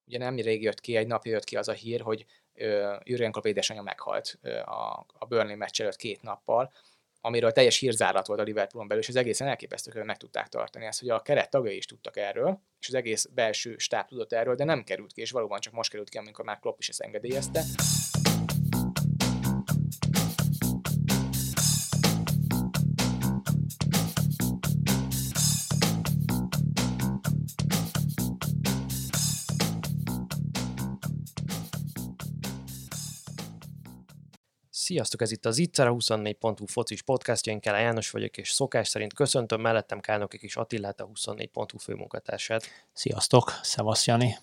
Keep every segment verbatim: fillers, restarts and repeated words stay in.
ugye nem rég jött ki, egy napja jött ki az a hír, hogy ö, Jürgen Klopp édesanyja meghalt ö, a, a Burnley meccs előtt két nappal, amiről teljes hírzárat volt a Liverpoolon belül, és az egészen elképesztő, hogy meg tudták tartani ezt, hogy a keret tagjai is tudtak erről, és az egész belső stáb tudott erről, de nem került ki, és valóban csak most került ki, amikor már Klopp is ezt engedélyezte. Sziasztok, ez itt az Ittszer, a huszonnégy pont hu focis podcastja, én Kálá János vagyok, és szokás szerint köszöntöm mellettem Kálnoki Kis Attilát, a huszonnégy pont hu főmunkatársát. Sziasztok, szevasz Jani!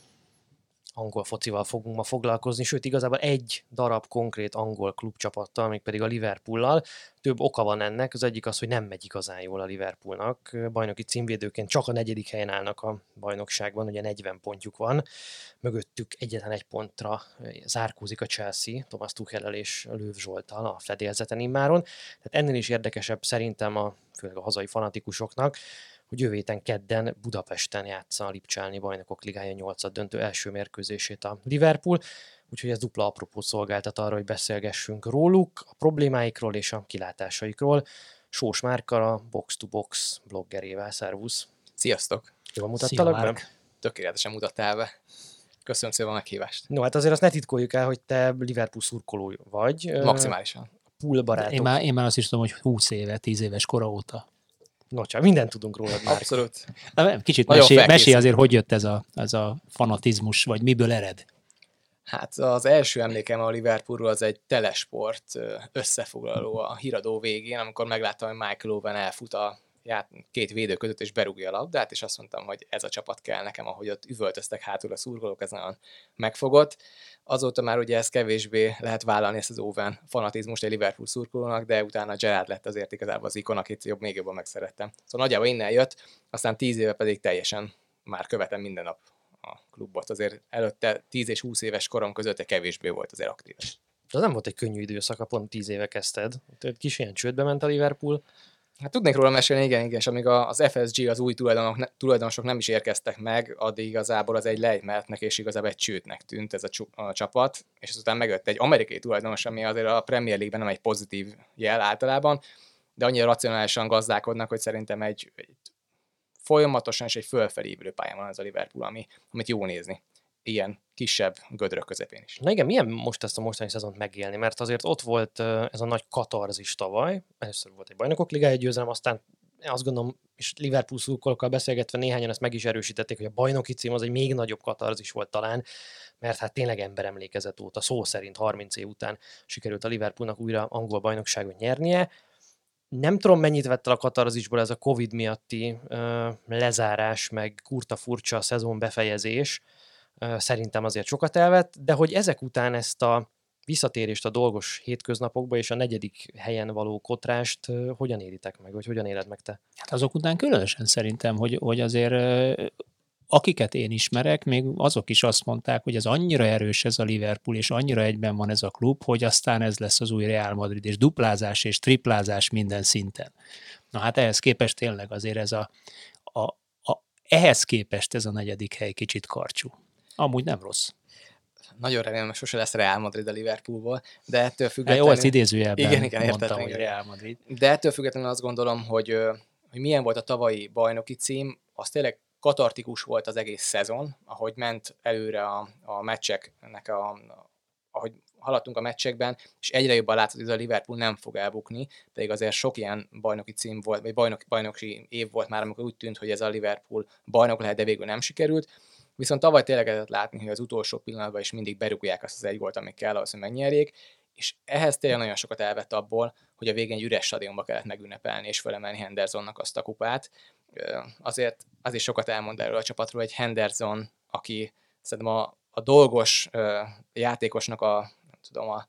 Angol focival fogunk ma foglalkozni, sőt igazából egy darab konkrét angol klubcsapattal, még pedig a Liverpoollal. Több oka van ennek, az egyik az, hogy nem megy igazán jól a Liverpoolnak. Bajnoki címvédőként csak a negyedik helyen állnak a bajnokságban, ugye negyven pontjuk van. Mögöttük egyetlen egy pontra zárkózik a Chelsea, Thomas Tuchellel és Löw Zsolttal a fedélzeten immáron. Tehát ennél is érdekesebb szerintem a, főleg a hazai fanatikusoknak, hogy jövő héten kedden Budapesten játsza a Lipcsálni Bajnokok Ligája nyolcad döntő első mérkőzését a Liverpool, úgyhogy ez dupla apropót szolgáltat arra, hogy beszélgessünk róluk, a problémáikról és a kilátásaikról. Sós Márkkal, a Box to Box bloggerével. Szervusz! Sziasztok! Jól mutattalak be? Tökéletesen mutattál be. Köszönöm szépen a meghívást. No, hát azért azt ne titkoljuk el, hogy te Liverpool szurkoló vagy. Maximálisan. Pool barátok. Én már, én már azt is tudom, hogy húsz éve, tíz éves kora óta. No, csak mindent tudunk rólad már. Abszolút. Kicsit mesélj mesé azért, hogy jött ez a, ez a fanatizmus, vagy miből ered? Hát az első emlékem a Liverpoolról az egy telesport összefoglaló a híradó végén, amikor megláttam, hogy Michael Owen elfut a két védő között, és berúgja a labdát, és azt mondtam, hogy ez a csapat kell nekem, ahogy ott üvöltöztek hátul a szurkolók, ez nagyon megfogott. Azóta már ugye ez kevésbé lehet vállalni, ezt az Owen fanatizmust egy Liverpool szurkolónak, de utána Gerrard lett azért igazából az ikon, akit jobb, még jobban megszerettem. Szóval nagyjából innen jött, aztán tíz éve pedig teljesen már követem minden nap a klubot. Azért előtte tíz és húsz éves korom között kevésbé volt azért aktív. De nem volt egy könnyű időszaka, pont tíz éve kezdted. Tehát kis ilyen csődbe ment a Liverpool. Hát tudnék róla mesélni, igen, igen, és amíg az ef es gé, az új tulajdonosok, tulajdonosok nem is érkeztek meg, addig igazából az egy lejtmenetnek és igazából egy csődnek tűnt ez a, csu, a csapat, és azután megjött egy amerikai tulajdonos, ami azért a Premier League-ben nem egy pozitív jel általában, de annyira racionálisan gazdálkodnak, hogy szerintem egy, egy folyamatosan és egy fölfelé pályán van ez a Liverpool, ami, amit jó nézni. Ilyen kisebb gödrök közepén is. Na igen, milyen most ezt a mostani szezont megélni? Mert azért ott volt ez a nagy katarzis tavaly, először volt egy Bajnokok Ligája győzelem, aztán azt gondolom, és Liverpool szurkolókkal beszélgetve néhányan ezt meg is erősítették, hogy a bajnoki cím az egy még nagyobb katarzis volt talán, mert hát tényleg emberemlékezet óta, szó szerint harminc év után sikerült a Liverpoolnak újra angol bajnokságot nyernie. Nem tudom, mennyit vett el a katarzisból ez a Covid miatti uh, lezárás, meg kurta furcsa szezon befejezés, szerintem azért sokat elvett, de hogy ezek után ezt a visszatérést a dolgos hétköznapokba és a negyedik helyen való kotrást hogyan éritek meg, vagy hogyan éled meg te? Hát azok után különösen szerintem, hogy, hogy azért akiket én ismerek, még azok is azt mondták, hogy ez annyira erős ez a Liverpool, és annyira egyben van ez a klub, hogy aztán ez lesz az új Real Madrid, és duplázás és triplázás minden szinten. Na hát ehhez képest tényleg azért ez a, a, a ehhez képest ez a negyedik hely kicsit karcsú. Amúgy nem rossz. Nagyon remélem, hogy sose lesz Real Madrid a Liverpoolból, de ettől függetlenül... Jó, ezt idézőjelben igen, igen, mondtam, értettem, hogy Real Madrid. De ettől függetlenül azt gondolom, hogy, hogy milyen volt a tavalyi bajnoki cím, az tényleg katartikus volt az egész szezon, ahogy ment előre a, a meccseknek, a, ahogy haladtunk a meccsekben, és egyre jobban látszott, hogy ez a Liverpool nem fog elbukni, pedig azért sok ilyen bajnoki cím volt, vagy bajnok, bajnoki év volt már, amikor úgy tűnt, hogy ez a Liverpool bajnok lehet, de végül nem sikerült. Viszont tavaly tényleg lehetett látni, hogy az utolsó pillanatban is mindig berúgják azt az egy gólt, ami kell ahhoz, hogy megnyerjék, és ehhez tényleg nagyon sokat elvett abból, hogy a végén egy üres stadionba kellett megünnepelni és fölemelni Hendersonnak azt a kupát. Azért, azért sokat elmond erről a csapatról, egy Henderson, aki szerintem a, a dolgos játékosnak a, nem tudom, a,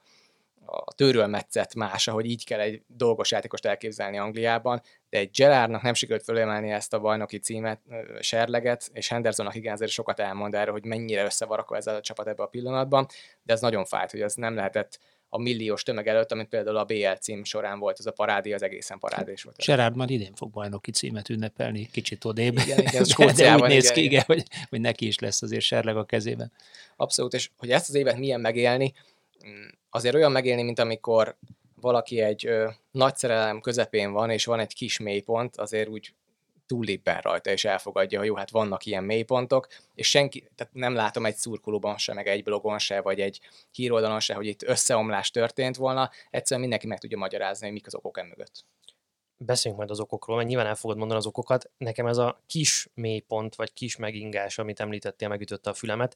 a tőrölmetszet más, ahogy így kell egy dolgos játékost elképzelni Angliában, de egy Gerrardnak nem sikerült fölemelni ezt a bajnoki címet, serleget, és Hendersonnak igen, azért sokat elmond erről, hogy mennyire összevarakva ez a csapat ebbe a pillanatban, de ez nagyon fájt, hogy ez nem lehetett a milliós tömeg előtt, amit például a bé el cím során volt, ez a parádé, az egészen parádés volt. Gerrard már idén fog bajnoki címet ünnepelni, kicsit odébb. Igen, igen, de, de úgy néz igen, ki, igen. igen, hogy, hogy neki is lesz azért serleg a kezében. Abszolút, és hogy ezt az évet milyen megélni, azért olyan megélni, mint amikor valaki egy ö, nagy szerelem közepén van, és van egy kis mélypont, azért úgy túllépben rajta, és elfogadja, hogy jó, hát vannak ilyen mélypontok, és senki, tehát nem látom egy szurkolóban se, meg egy blogon se, vagy egy híroldalon se, hogy itt összeomlás történt volna, egyszerűen mindenki meg tudja magyarázni, hogy mik az okok emögött. Beszéljünk majd az okokról, mert nyilván el fogod mondani az okokat. Nekem ez a kis mélypont, vagy kis megingás, amit említettél, megütötte a fülemet.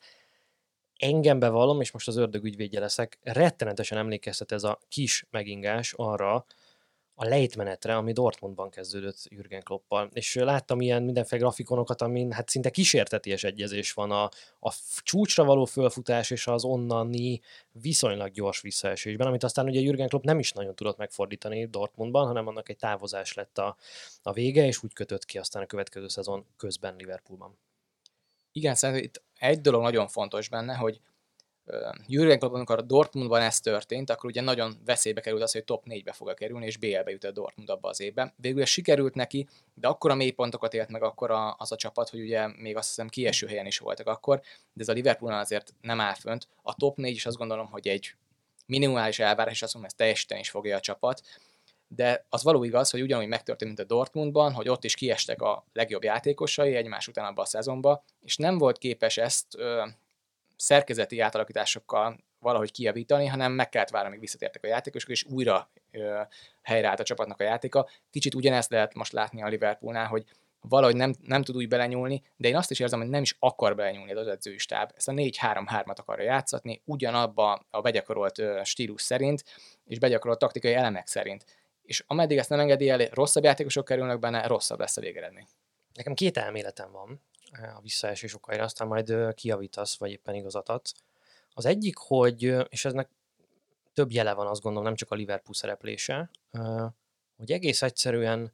Engem bevallom, és most az ördög ügyvédje leszek, rettenetesen emlékeztet ez a kis megingás arra a lejtmenetre, ami Dortmundban kezdődött Jürgen Kloppal. És láttam ilyen mindenféle grafikonokat, amin hát szinte kísérteties egyezés van a, a csúcsra való fölfutás és az onnani viszonylag gyors visszaesésben, amit aztán ugye Jürgen Klopp nem is nagyon tudott megfordítani Dortmundban, hanem annak egy távozás lett a, a vége, és úgy kötött ki aztán a következő szezon közben Liverpoolban. Igen, szerintem itt egy dolog nagyon fontos benne, hogy Jürgen Klopp, amikor a Dortmundban ez történt, akkor ugye nagyon veszélybe került az, hogy top négybe fog kerülni, és bé el-be jutott Dortmund abba az évben. Végül ez sikerült neki, de akkor a mélypontokat élt meg akkor a, az a csapat, hogy ugye még azt hiszem kieső helyen is voltak akkor, de ez a Liverpoolnál azért nem áll fönt. A top négy is azt gondolom, hogy egy minimális elvárás, és azt mondom, ezt teljesíteni is fogja a csapat. De az való igaz, hogy ugyanúgy megtörtént, mint a Dortmundban, hogy ott is kiestek a legjobb játékosai egymás után abban a szezonban, és nem volt képes ezt ö, szerkezeti átalakításokkal valahogy kijavítani, hanem meg kellett várni, amíg visszatértek a játékosok, és újra ö, helyreállt a csapatnak a játéka. Kicsit ugyanezt lehet most látni a Liverpoolnál, hogy valahogy nem, nem tud úgy belenyúlni, de én azt is érzem, hogy nem is akar belenyúlni az edzői stáb. Ezt a négy három hármat akarja játszatni, ugyanabba a begyakorolt ö, stílus szerint, és begyakorolt taktikai elemek szerint. És ameddig ezt nem engedi el, rosszabb játékosok kerülnek benne, rosszabb lesz a végeredmény. Nekem két elméletem van a visszaesés okaira, aztán majd kijavítasz, vagy éppen igazat adsz. Az egyik, hogy, és eznek több jele van, azt gondolom, nem csak a Liverpool szereplése, hogy egész egyszerűen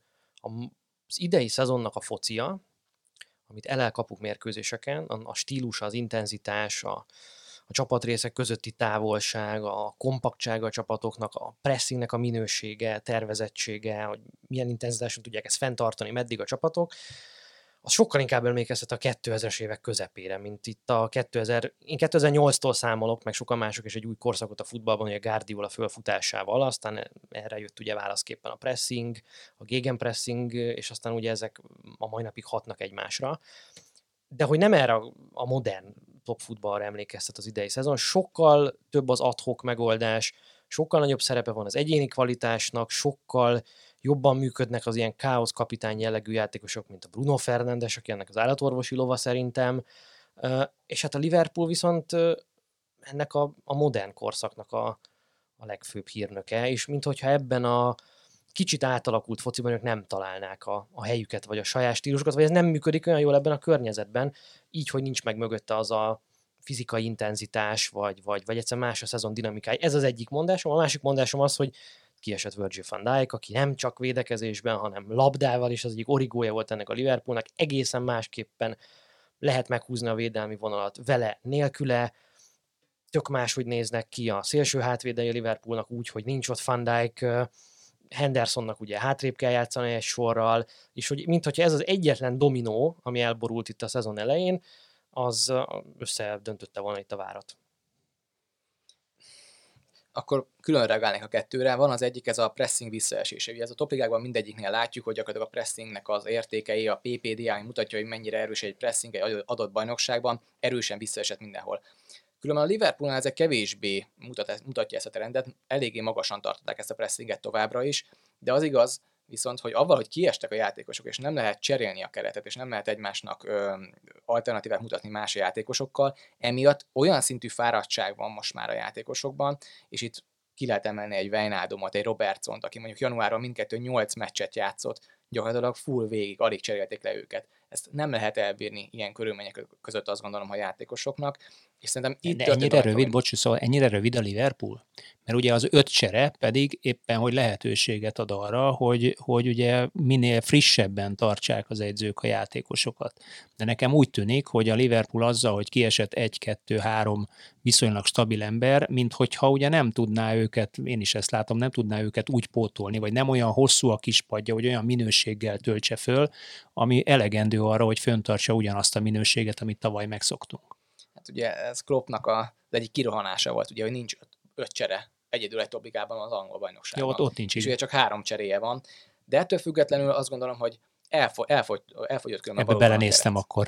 az idei szezonnak a focia, amit el kapuk mérkőzéseken, a stílusa, az intenzitás, a, a csapatrészek közötti távolság, a kompaktsága a csapatoknak, a pressingnek a minősége, tervezettsége, hogy milyen intenzitáson tudják ezt fenntartani, meddig a csapatok, az sokkal inkább emlékeztet a kétezres évek közepére, mint itt a kétezer, én kétezer-nyolctól számolok, meg sokan mások is egy új korszakot a futballban, hogy a Guardiola fölfutásával, aztán erre jött ugye válaszképpen a pressing, a gegenpressing, és aztán ugye ezek a mai napig hatnak egymásra. De hogy nem erre a modern top futballra emlékeztet az idei szezon, sokkal több az ad-hoc megoldás, sokkal nagyobb szerepe van az egyéni kvalitásnak, sokkal jobban működnek az ilyen káosz kapitány jellegű játékosok, mint a Bruno Fernandes, aki ennek az állatorvosi lova szerintem, és hát a Liverpool viszont ennek a, a modern korszaknak a, a legfőbb hírnöke, és minthogyha ebben a kicsit átalakult fociban ők nem találnák a, a helyüket, vagy a saját stílusokat, vagy ez nem működik olyan jól ebben a környezetben, így, hogy nincs meg mögötte az a fizikai intenzitás, vagy, vagy, vagy egyszerűen más a szezon dinamikája. Ez az egyik mondásom. A másik mondásom az, hogy kiesett Virgil van Dijk, aki nem csak védekezésben, hanem labdával is az egyik origója volt ennek a Liverpoolnak, egészen másképpen lehet meghúzni a védelmi vonalat vele, nélküle, tök máshogy néznek ki a szélső hátvédei a Liverpoolnak úgy, hogy nincs ott Van Dijk, Hendersonnak ugye hátrébb kell játszani egy sorral, és hogy minthogyha ez az egyetlen dominó, ami elborult itt a szezon elején, az összedöntötte volna itt a várat. Akkor külön reagálnék a kettőre. Van az egyik, ez a pressing visszaesése. Ugye ez a topligákban mindegyiknél látjuk, hogy gyakorlatilag a pressingnek az értékei, a pé pé dé, ami mutatja, hogy mennyire erős egy pressing egy adott bajnokságban, erősen visszaesett mindenhol. Különben a Liverpoolnál ezek kevésbé mutat, mutatja ezt a trendet, eléggé magasan tartották ezt a pressinget továbbra is, de az igaz, viszont, hogy avval, hogy kiestek a játékosok, és nem lehet cserélni a keretet, és nem lehet egymásnak ö, alternatívát mutatni más játékosokkal, emiatt olyan szintű fáradtság van most már a játékosokban, és itt ki lehet emelni egy Wijnaldumot, egy Robertsont, aki mondjuk januárban mindkettő nyolc meccset játszott, gyakorlatilag full végig, alig cserélték le őket. ezt nem lehet elbírni ilyen körülmények között, azt gondolom, a játékosoknak. És szerintem itt de ennyire történt, rövid, bocs, szóval ennyire rövid a Liverpool? Mert ugye az öt csere pedig éppen, hogy lehetőséget ad arra, hogy, hogy ugye minél frissebben tartsák az edzők a játékosokat. De nekem úgy tűnik, hogy a Liverpool azzal, hogy kiesett egy-kettő-három viszonylag stabil ember, mint hogyha ugye nem tudná őket, én is ezt látom, nem tudná őket úgy pótolni, vagy nem olyan hosszú a kispadja, hogy olyan minőséggel töltse föl, ami elegendő arra, hogy föntartsa ugyanazt a minőséget, amit tavaly megszoktunk. Hát ugye ez Kloppnak a, az egyik kirohanása volt, ugye, hogy nincs öt, öt csere egyedül egy top ligában az angol bajnokságban. Jó, ott, ott nincs. És ugye csak három cseréje van. De ettől függetlenül azt gondolom, hogy elfogy, elfogy, elfogyott különben. Ebbe belenéztem akkor.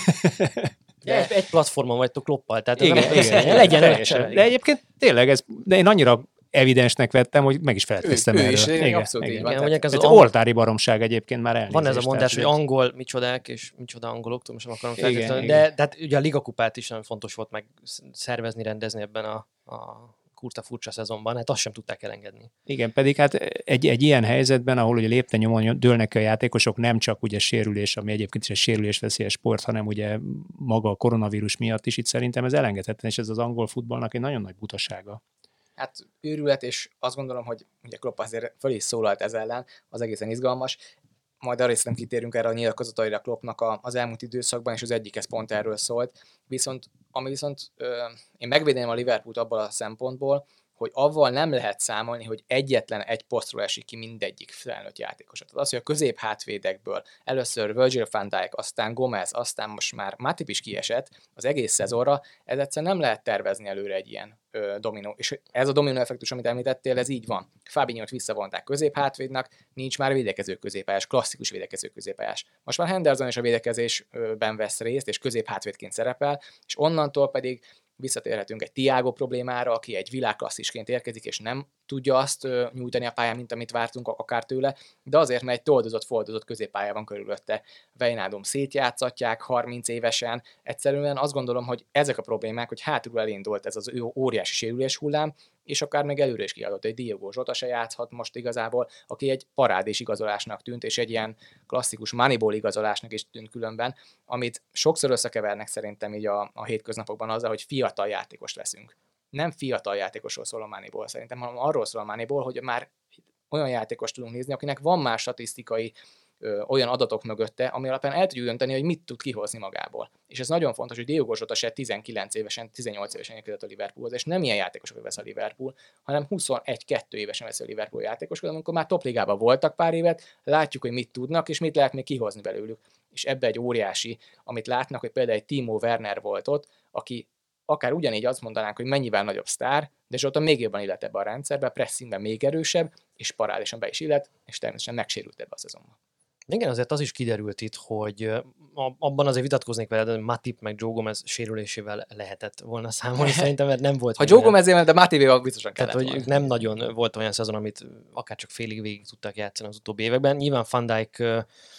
De egy, egy platformon vagytok Kloppal, tehát igen, nem, igen, legyen teljesen. De egyébként tényleg ez, de én annyira evidensnek vettem, hogy meg is feledkeztem ő, erről. ő is, igen, abszolút igen. így van. Igen, Tehát, ez Ez az oltári baromság egyébként már elnézést. van ez a mondás, hogy tehát, angol micsodák, és micsoda angolok, tudom, most nem akarom Igen, feltétlenül, igen. de, de hát ugye a ligakupát is nagyon fontos volt meg szervezni, rendezni ebben a, a kurta furcsa szezonban, hát azt sem tudták elengedni. Igen, pedig hát egy, egy ilyen helyzetben, ahol ugye lépten-nyomon dőlnek a játékosok, nem csak ugye sérülés, ami egyébként is egy sérülésveszélyes sport, hanem ugye maga a koronavírus miatt is, itt szerintem ez elengedhetetlen, és ez az angol futballnak egy nagyon nagy butasága. Hát őrület, és azt gondolom, hogy ugye Klopp azért föl is szólalt ez ellen, az egészen izgalmas. Majd arra részben kitérünk erre a nyilatkozataira Kloppnak a, az elmúlt időszakban, és az egyik ez pont erről szólt. Viszont, ami viszont ö, én megvédeném a Liverpoolt abban a szempontból, hogy avval nem lehet számolni, hogy egyetlen egy posztról esik ki mindegyik felnőtt játékos. Tehát az, hogy a közép hátvédekből először Virgil van Dijk, aztán Gomez, aztán most már Matip is kiesett az egész szezonra, ez egyszerűen nem lehet tervezni előre egy ilyen ö, dominó. És ez a dominó effektus, amit említettél, ez így van. Fabinho-t visszavonták közép hátvédnak, nincs már védekező középpályás, klasszikus védekező középpályás. Most már Henderson is a védekezésben vesz részt, és közép hátvédként szerepel, és onnantól pedig visszatérhetünk egy Thiago problémára, aki egy világklasszisként érkezik, és nem tudja azt ö, nyújtani a pályán, mint amit vártunk akár tőle, de azért, mert egy toldozott, foldozott középpálya van körülötte. Wijnaldum szétjátszatják harminc évesen, egyszerűen azt gondolom, hogy ezek a problémák, hogy hátulról elindult ez az ő óriási sérülés hullám, és akár még előre is kiadott, egy Diogo Jota se játszhat most igazából, aki egy parádés igazolásnak tűnt, és egy ilyen klasszikus Moneyball igazolásnak is tűnt különben, amit sokszor összekevernek szerintem így a, a hétköznapokban azzal, hogy fiatal játékost veszünk. Nem fiatal játékosról szól a Moneyball szerintem, hanem arról szól a Moneyball, hogy már olyan játékost tudunk nézni, akinek van már statisztikai ö, olyan adatok mögötte, ami alapján el tudjuk dönteni, hogy mit tud kihozni magából. És ez nagyon fontos, hogy Diogo Jota se tizenkilenc évesen, tizennyolc évesen érkezett a Liverpoolhoz, és nem ilyen játékosok vesz a Liverpool, hanem huszonegy-kettő évesen vesz a Liverpool játékosok, amikor már topligában voltak pár évet, látjuk, hogy mit tudnak, és mit lehet még kihozni belőlük. És ebbe egy óriási, amit látnak, hogy például egy Timo Werner volt ott, aki akár ugyanígy azt mondanánk, hogy mennyivel nagyobb sztár, de Zsota még jobban illet ebbe a rendszerbe, pressingben még erősebb, és parádisan be is illet, és természetesen megsérült ebbe a szezonban. Igen, azért az is kiderült itt, hogy abban azért vitatkoznék veled, hogy Matip meg Joe Gomez sérülésével lehetett volna számolni szerintem, mert nem volt. Ha Joe Gomezével, de Matipéval biztosan kellett Tehát, hogy volna. nem nagyon volt olyan szezon, amit akár csak félig végig tudtak játszani az utóbbi években. Nyilván Van Dijk ö,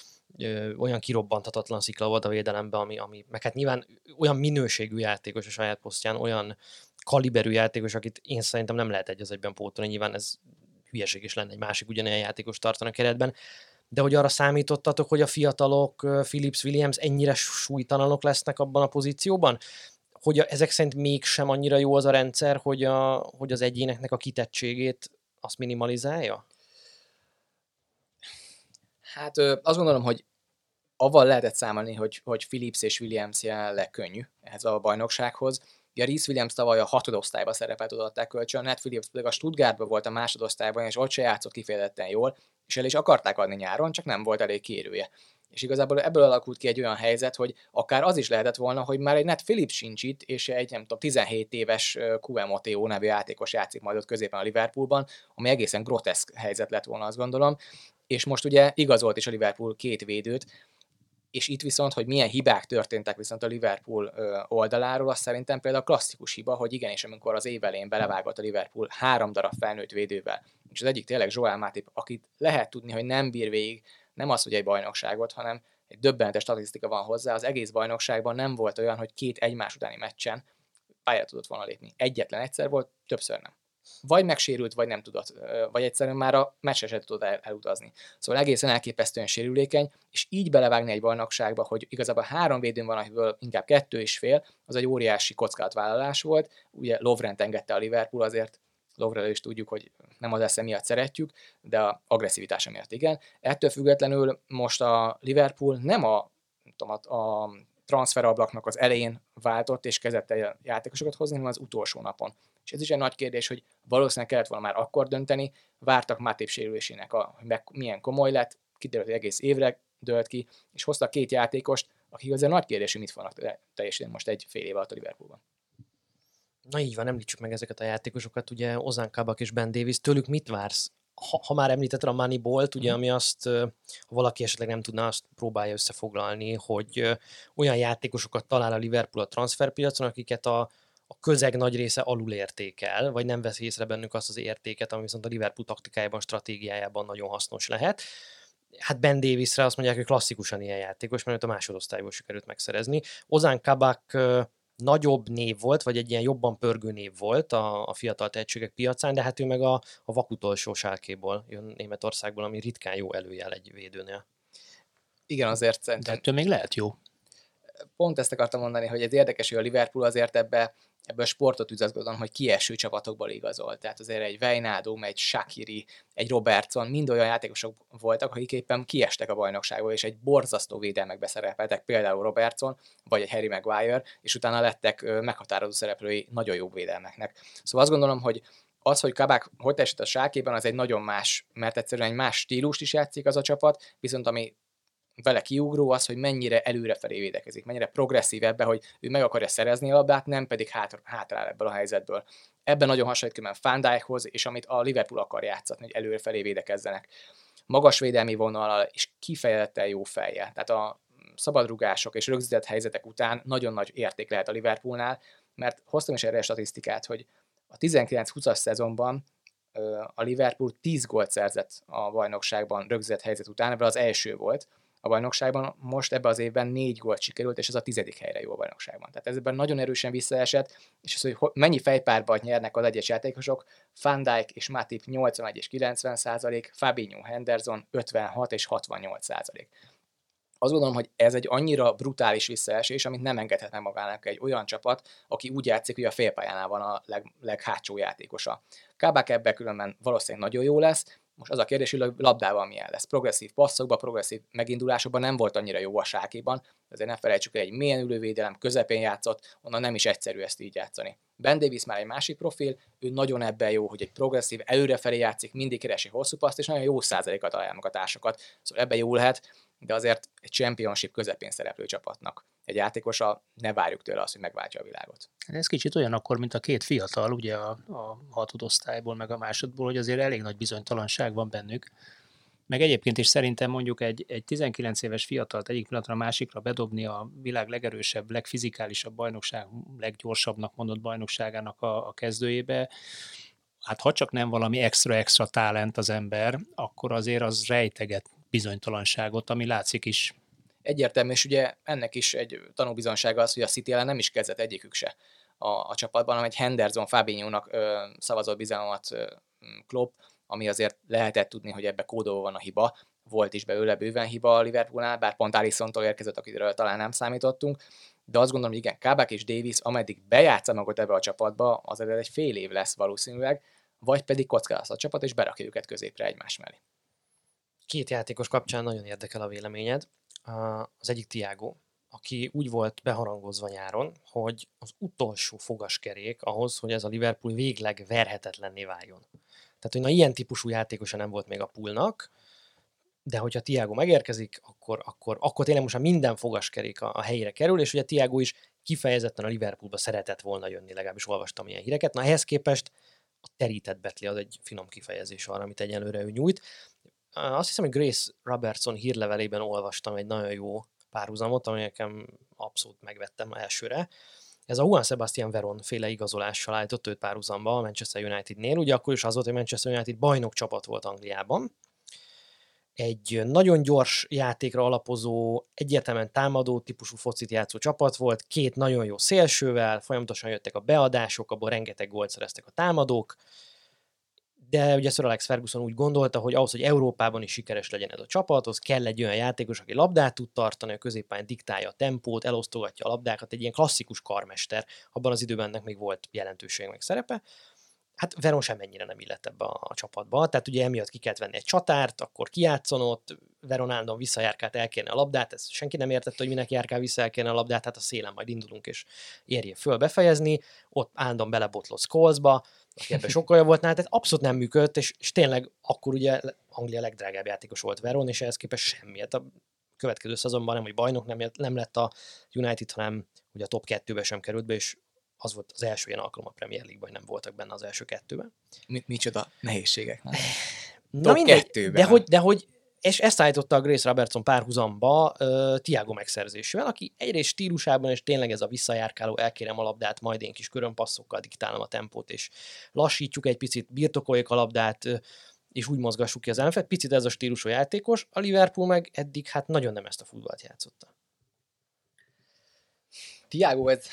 ö, olyan kirobbantatatlan szikla volt a védelemben, ami, ami, meg hát nyilván olyan minőségű játékos a saját posztján, olyan kaliberű játékos, akit én szerintem nem lehet egy az egyben pótolni. Nyilván ez hülyeség is lenne egy másik ugyanilyen játékos tartani a keretben. De hogy arra számítottatok, hogy a fiatalok, Phillips, Williams ennyire súlytalanok lesznek abban a pozícióban? Hogy a, ezek szerint mégsem annyira jó az a rendszer, hogy, a, hogy az egyéneknek a kitettségét azt minimalizálja? Hát azt gondolom, hogy avval lehetett számolni, hogy, hogy Phillips és Williams jelenleg könnyű ehhez a bajnoksághoz. Ugye a Reece Williams tavaly a hatodosztályba szerepelt, odaadták kölcsön, Nat Phillips pedig a Stuttgartban volt a másodosztályban, és ott se játszott kifejezetten jól, és el is akarták adni nyáron, csak nem volt elég kérője. És igazából ebből alakult ki egy olyan helyzet, hogy akár az is lehetett volna, hogy már egy Nat Phillips sincs itt, és egy nem tudom, tizenhét éves Kuemoteo nevű játékos játszik majd ott középen a Liverpoolban, ami egészen groteszk helyzet lett volna, azt gondolom. És most ugye igazolt is a Liverpool két védőt, és itt viszont, hogy milyen hibák történtek viszont a Liverpool oldaláról, az szerintem például a klasszikus hiba, hogy igenis, amikor az év elején belevágott a Liverpool három darab felnőtt védővel, és az egyik tényleg Joel Matip, akit lehet tudni, hogy nem bír végig, nem az, hogy egy bajnokságot, hanem egy döbbenetes statisztika van hozzá, az egész bajnokságban nem volt olyan, hogy két egymás utáni meccsen pályára tudott volna lépni. Egyetlen egyszer volt, többször nem. vagy megsérült, vagy nem tudott, vagy egyszerűen már a meccsre se tudott el, elutazni. Szóval egészen elképesztően sérülékeny, és így belevágni egy bajnokságba, hogy igazából három védőn van, amiből inkább kettő és fél, az egy óriási kockázatvállalás volt. Ugye Lovrent engedte a Liverpool, azért Lovrenről is tudjuk, hogy nem az esze miatt szeretjük, de a agresszivitása miatt igen. Ettől függetlenül most a Liverpool nem a, tudom, a transferablaknak az elején váltott és kezdett el játékosokat hozni, hanem az utolsó napon. És ez is egy nagy kérdés, hogy valószínűleg kellett volna már akkor dönteni, vártak Matip sérülésének, a, hogy meg, milyen komoly lett, kiderült, hogy egész évre dölt ki, és hoztak két játékost, akik azért nagy kérdés, hogy mit fognak teljesíteni most egy fél év alatt a Liverpoolban. Na így van, említsük meg ezeket a játékosokat, ugye Ozan Kabak és Ben Davies, tőlük mit vársz? Ha, ha már említetted a Moneyballt, ugye, ami azt, ha valaki esetleg nem tudná, azt próbálja összefoglalni, hogy olyan játékosokat talál a Liverpool a transferpiacon, akiket a, a közeg nagy része alul értékel, vagy nem vesz észre bennük azt az értéket, ami viszont a Liverpool taktikájában, stratégiájában nagyon hasznos lehet. Hát Ben Daviesre azt mondják, hogy klasszikusan ilyen játékos, mert a másodosztályból sikerült megszerezni. Ozan Kabak nagyobb név volt, vagy egy ilyen jobban pörgő név volt a, a fiatal tehetségek piacán, de hát ő meg a, a vakutolsó Schalkéból jön Németországból, ami ritkán jó előjel egy védőnél. Igen, azért szerintem. De ettől még lehet jó. Pont ezt akartam mondani, hogy ez érdekes, hogy a Liverpool azért ebbe, ebből a sportot üzletgondolom, hogy kieső csapatokból igazol. Tehát azért egy Wijnaldum, egy Shaqiri, egy Robertson, mind olyan játékosok voltak, akik éppen kiestek a bajnokságból, és egy borzasztó védelmekbe szerepeltek, például Robertson, vagy egy Harry Maguire, és utána lettek meghatározó szereplői nagyon jó védelmeknek. Szóval azt gondolom, hogy az, hogy Kabak hogy teljesít a Schalkében, az egy nagyon más, mert egyszerűen egy más stílust is játszik az a csapat, viszont ami vele kiugró az, hogy mennyire előrefelé védekezik, mennyire progresszív ebbe, hogy ő meg akarja szerezni a labdát, nem pedig hátr- hátrál ebből a helyzetből. Ebben nagyon hasonlít különben Van Dijkhoz, és amit a Liverpool akar játszatni, hogy előrefelé védekezzenek. Magas védelmi vonallal és kifejezetten jó fejjel. Tehát a szabadrugások és rögzített helyzetek után nagyon nagy érték lehet a Liverpoolnál, mert hoztam is erre a statisztikát, hogy a tizenkilenc húszas szezonban a Liverpool tíz gólt szerzett a bajnokságban rögzített helyzet után, ebből az első volt a bajnokságban, most ebben az évben négy gólt sikerült, és ez a tizedik helyre jó a bajnokságban. Tehát ezben nagyon erősen visszaesett, és az, hogy mennyi fejpárban nyernek az egyes játékosok, Van Dijk és Matip nyolcvanegy és kilencven százalék, Fabinho, Henderson ötvenhat és hatvannyolc százalék. Azt gondolom, hogy ez egy annyira brutális visszaesés, amit nem engedhetne magának egy olyan csapat, aki úgy játszik, hogy a félpályánál van a leg, leghátsó játékosa. Kabak ebben különben valószínűleg nagyon jó lesz. Most az a kérdés, hogy labdával milyen lesz. Progresszív passzokban, progresszív megindulásokban nem volt annyira jó a Schalkéban, azért ne felejtsük el, egy mélyen ülő védelem, közepén játszott, onnan nem is egyszerű ezt így játszani. Ben Davies már egy másik profil, ő nagyon ebben jó, hogy egy progresszív, előrefelé játszik, mindig keresi hosszú paszt, és nagyon jó százalékat találja meg a társakat. Szóval ebben jó lehet, de azért egy championship közepén szereplő csapatnak egy játékosa, ne várjuk tőle azt, hogy megváltja a világot. Ez kicsit olyan akkor, mint a két fiatal, ugye a, a hatodosztályból, meg a másodból, hogy azért elég nagy bizonytalanság van bennük. Meg egyébként is szerintem mondjuk egy, egy tizenkilenc éves fiatalt egyik pillanatra a másikra bedobni a világ legerősebb, legfizikálisabb bajnokság, leggyorsabbnak mondott bajnokságának a, a kezdőjébe, hát ha csak nem valami extra-extra talent az ember, akkor azért az rejteget bizonytalanságot, ami látszik is. Egyértelmű, és ugye ennek is egy tanúbizonysága az, hogy a City ellen nem is kezdett egyikük se a, a csapatban, hanem egy Henderson, Fabinho-nak ö, szavazott bizalmat ö, Klopp, ami azért lehetett tudni, hogy ebbe kódolva van a hiba. Volt is belőle bőven hiba a Liverpoolnál, bár pont Alissontól érkezett, akiről talán nem számítottunk, de azt gondolom, hogy igen, Kabak és Davies, ameddig bejátsza magot ebbe a csapatba, az egy fél év lesz valószínűleg, vagy pedig kockázat a csapat, és berakja őket középre egymás mellé. Két játékos kapcsán nagyon érdekel a véleményed. Az egyik Thiago, aki úgy volt beharangozva nyáron, hogy az utolsó fogaskerék ahhoz, hogy ez a Liverpool végleg verhetetlenné váljon. Tehát, hogy na ilyen típusú játékosa nem volt még a poolnak, de hogyha Thiago megérkezik, akkor, akkor, akkor tényleg most már minden fogaskerék a, a helyére kerül, és ugye Thiago is kifejezetten a Liverpoolba szeretett volna jönni, legalábbis olvastam ilyen híreket. Na ehhez képest a terített betli az egy finom kifejezés arra, amit egyelőre ő nyújt. Azt hiszem, hogy Grace Robertson hírlevelében olvastam egy nagyon jó párhuzamot, ami nekem abszolút megvettem elsőre. Ez a Juan Sebastian Veron féle igazolással állított őt párhuzamba a Manchester Unitednél. Ugye akkor is az volt, hogy Manchester United bajnok csapat volt Angliában. Egy nagyon gyors játékra alapozó, egyértelműen támadó típusú focit játszó csapat volt, két nagyon jó szélsővel, folyamatosan jöttek a beadások, abból rengeteg gólt szereztek a támadók, de ugye Sir Alex Ferguson úgy gondolta, hogy ahhoz, hogy Európában is sikeres legyen ez a csapat, az kell egy olyan játékos, aki labdát tud tartani, a középpályán diktálja a tempót, elosztogatja a labdákat, egy ilyen klasszikus karmester, abban az időben ennek még volt jelentőség meg szerepe. Hát Veron semmennyire nem illett ebbe a, a csapatba, tehát ugye emiatt ki kellett venni egy csatárt, akkor kijátszon ott, Veron állandóan visszajárkált elkérni a labdát, ez senki nem értette, hogy minek járkál vissza elkérni a labdát, hát a szélen majd indulunk és érje föl befejezni, ott állandóan belebotlott Scholesba, aki ebben sokkal jobb volt nála, tehát abszolút nem működött, és, és tényleg akkor ugye Anglia legdrágább játékos volt Veron, és ehhez képest semmi. Hát a következő szezonban nem, hogy bajnok nem, nem lett a United, hanem ugye a top kettőbe sem került be, és az volt az első ilyen alkalom a Premier League-ban, hogy nem voltak benne az első kettőben. Mit, micsoda nehézségek. Na top mindegy, kettőben. de hogy, de hogy, és ezt állította a Grace Robertson párhuzamba uh, Thiago megszerzésével, aki egyrészt stílusában, és tényleg ez a visszajárkáló, elkérem a labdát, majd én kis körömpasszokkal diktálom a tempót, és lassítjuk egy picit, birtokoljuk a labdát, uh, és úgy mozgassuk ki az ellenfelet. Picit ez a stílusú játékos, a Liverpool meg eddig hát nagyon nem ezt a futballt játszotta. Thiago, ez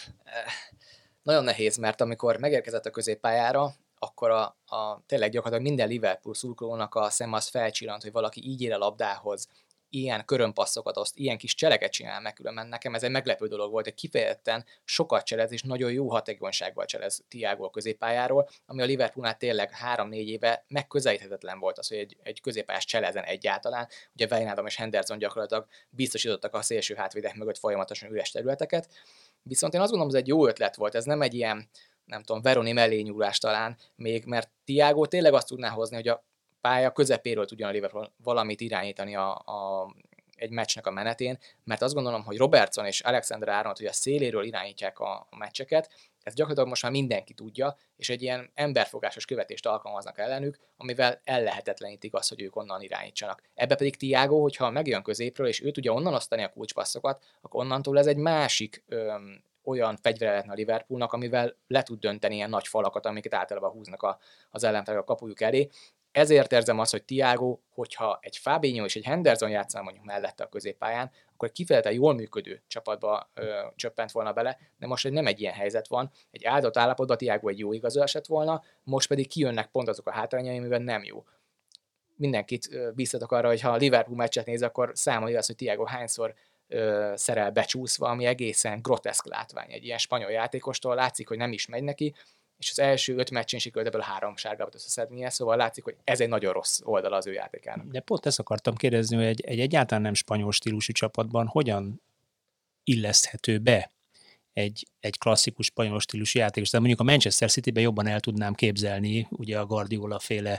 nagyon nehéz, mert amikor megérkezett a középpályára, akkor a, a, tényleg gyakorlatilag minden Liverpool szurkolónak a szem az felcsillant, hogy valaki így ér a labdához, ilyen körömpasszokat oszt, ilyen kis cseleket csinál meg, különben nekem ez egy meglepő dolog volt, hogy kifejezetten sokat cselez, és nagyon jó hatékonysággal cselez Thiago a középpályáról, ami a Liverpoolnál tényleg három-négy éve megközelíthetetlen volt az, hogy egy, egy középpályás cselezen egyáltalán. Ugye Wijnaldum és Henderson gyakorlatilag biztosítottak a szélső hátvédek mögött folyamatosan üres területeket, viszont én azt gondolom, hogy ez egy jó ötlet volt, ez nem egy ilyen, nem tudom, Veroni mellényúlás talán még, mert Thiago tényleg azt tudná hozni, hogy a pálya közepéről tudjon a Liverpool valamit irányítani a, a, egy meccsnek a menetén, mert azt gondolom, hogy Robertson és Alexander-Arnold, hogy a széléről irányítják a, a meccseket, ezt gyakorlatilag most már mindenki tudja, és egy ilyen emberfogásos követést alkalmaznak ellenük, amivel ellehetetlenítik azt, hogy ők onnan irányítsanak. Ebbe pedig Thiago, hogyha megjön középről, és ő tudja onnan osztani a kulcspasszokat, akkor onnantól ez egy másik öm, olyan fegyvere lehetne a Liverpoolnak, amivel le tud dönteni ilyen nagy falakat, amiket általában húznak a, az ellenfelek a kapujuk elé. Ezért érzem azt, hogy Thiago, hogyha egy Fabinho és egy Henderson játszanak mondjuk mellette a középpályán, akkor kifejezetten jól működő csapatba ö, csöppent volna bele, de most nem egy ilyen helyzet van. Egy áldott állapotban Thiago egy jó igazolás volna, most pedig kijönnek pont azok a hátrányai, amivel nem jó. Mindenkit ö, bíztatok arra, hogy ha a Liverpool meccset néz, akkor számolja azt, hogy Thiago hányszor ö, szerel becsúszva, ami egészen groteszk látvány. Egy ilyen spanyol játékostól látszik, hogy nem is megy neki, és az első öt meccsen sikerült ebből három sárgábot összeszednie, szóval látszik, hogy ez egy nagyon rossz oldala az ő játékának. De pont ezt akartam kérdezni, hogy egy, egy egyáltalán nem spanyol stílusú csapatban hogyan illeszthető be egy, egy klasszikus spanyol stílusú játékos. Tehát mondjuk a Manchester Cityben jobban el tudnám képzelni, ugye a Guardiola féle,